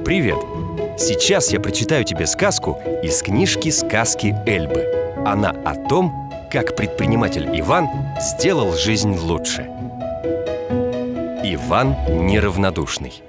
Привет! Сейчас я прочитаю тебе сказку из книжки «Сказки Эльбы». Она о том, как предприниматель Иван сделал жизнь лучше. Иван неравнодушный.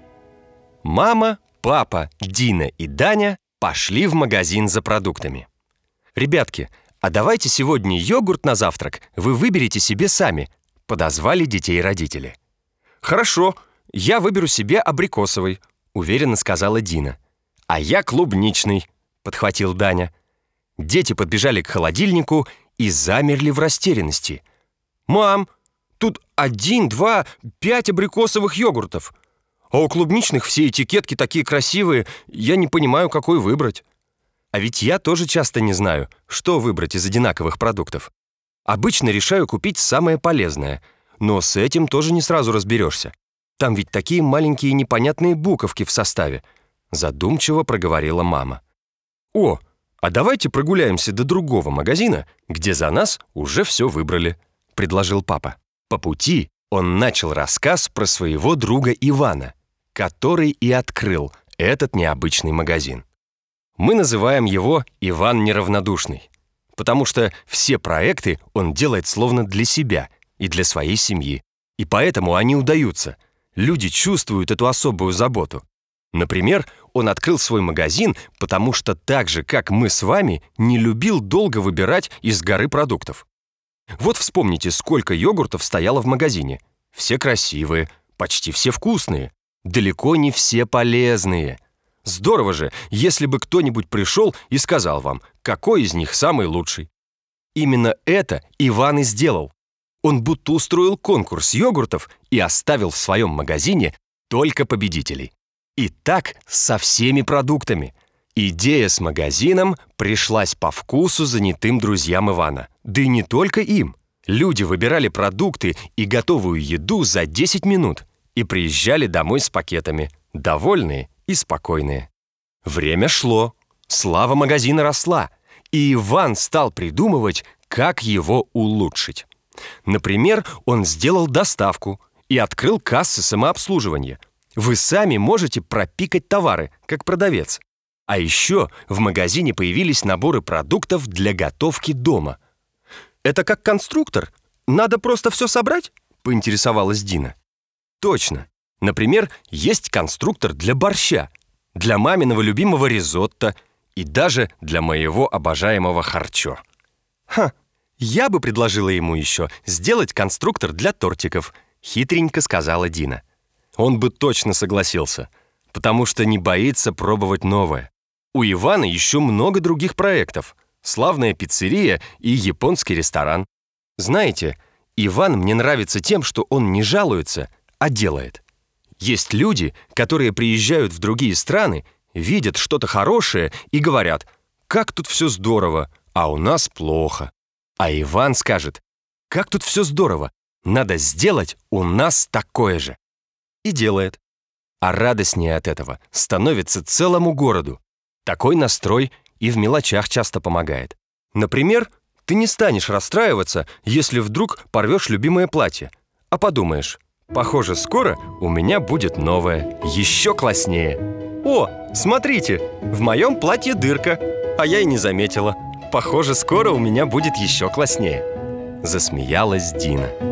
Мама, папа, Дина и Даня пошли в магазин за продуктами. «Ребятки, а давайте сегодня йогурт на завтрак вы выберете себе сами», — подозвали детей родители. «Хорошо, я выберу себе абрикосовый», — уверенно сказала Дина. «А я клубничный», — подхватил Даня. Дети подбежали к холодильнику и замерли в растерянности. «Мам, тут 1, 2, 5 абрикосовых йогуртов. А у клубничных все этикетки такие красивые, я не понимаю, какой выбрать». А ведь я тоже часто не знаю, что выбрать из одинаковых продуктов. Обычно решаю купить самое полезное, но с этим тоже не сразу разберешься. Там ведь такие маленькие непонятные буковки в составе. Задумчиво проговорила мама. «О, а давайте прогуляемся до другого магазина, где за нас уже все выбрали», — предложил папа. По пути он начал рассказ про своего друга Ивана, который и открыл этот необычный магазин. Мы называем его Иван Неравнодушный, потому что все проекты он делает словно для себя и для своей семьи, и поэтому они удаются. Люди чувствуют эту особую заботу. Например, он открыл свой магазин, потому что так же, как мы с вами, не любил долго выбирать из горы продуктов. Вот вспомните, сколько йогуртов стояло в магазине. Все красивые, почти все вкусные, далеко не все полезные. Здорово же, если бы кто-нибудь пришел и сказал вам, какой из них самый лучший. Именно это Иван и сделал. Он будто устроил конкурс йогуртов и оставил в своем магазине только победителей. И так со всеми продуктами. Идея с магазином пришлась по вкусу занятым друзьям Ивана. Да и не только им. Люди выбирали продукты и готовую еду за 10 минут и приезжали домой с пакетами, довольные и спокойные. Время шло, слава магазина росла, и Иван стал придумывать, как его улучшить. Например, он сделал доставку и открыл кассы самообслуживания. Вы сами можете пропикать товары, как продавец. А еще в магазине появились наборы продуктов для готовки дома. «Это как конструктор? Надо просто все собрать?» — поинтересовалась Дина. «Точно. Например, есть конструктор для борща, для маминого любимого ризотто и даже для моего обожаемого харчо». «Ха, я бы предложила ему еще сделать конструктор для тортиков», — хитренько сказала Дина. Он бы точно согласился, потому что не боится пробовать новое. У Ивана еще много других проектов. Славная пиццерия и японский ресторан. Знаете, Иван мне нравится тем, что он не жалуется, а делает. Есть люди, которые приезжают в другие страны, видят что-то хорошее и говорят: «Как тут все здорово, а у нас плохо». А Иван скажет: «Как тут все здорово, надо сделать у нас такое же». И делает. А радостнее от этого становится целому городу. Такой настрой и в мелочах часто помогает. Например, ты не станешь расстраиваться, если вдруг порвешь любимое платье, а подумаешь: похоже, скоро у меня будет новое, еще класснее. «О, смотрите, в моем платье дырка, а я и не заметила. Похоже, скоро у меня будет еще класснее». Засмеялась Дина.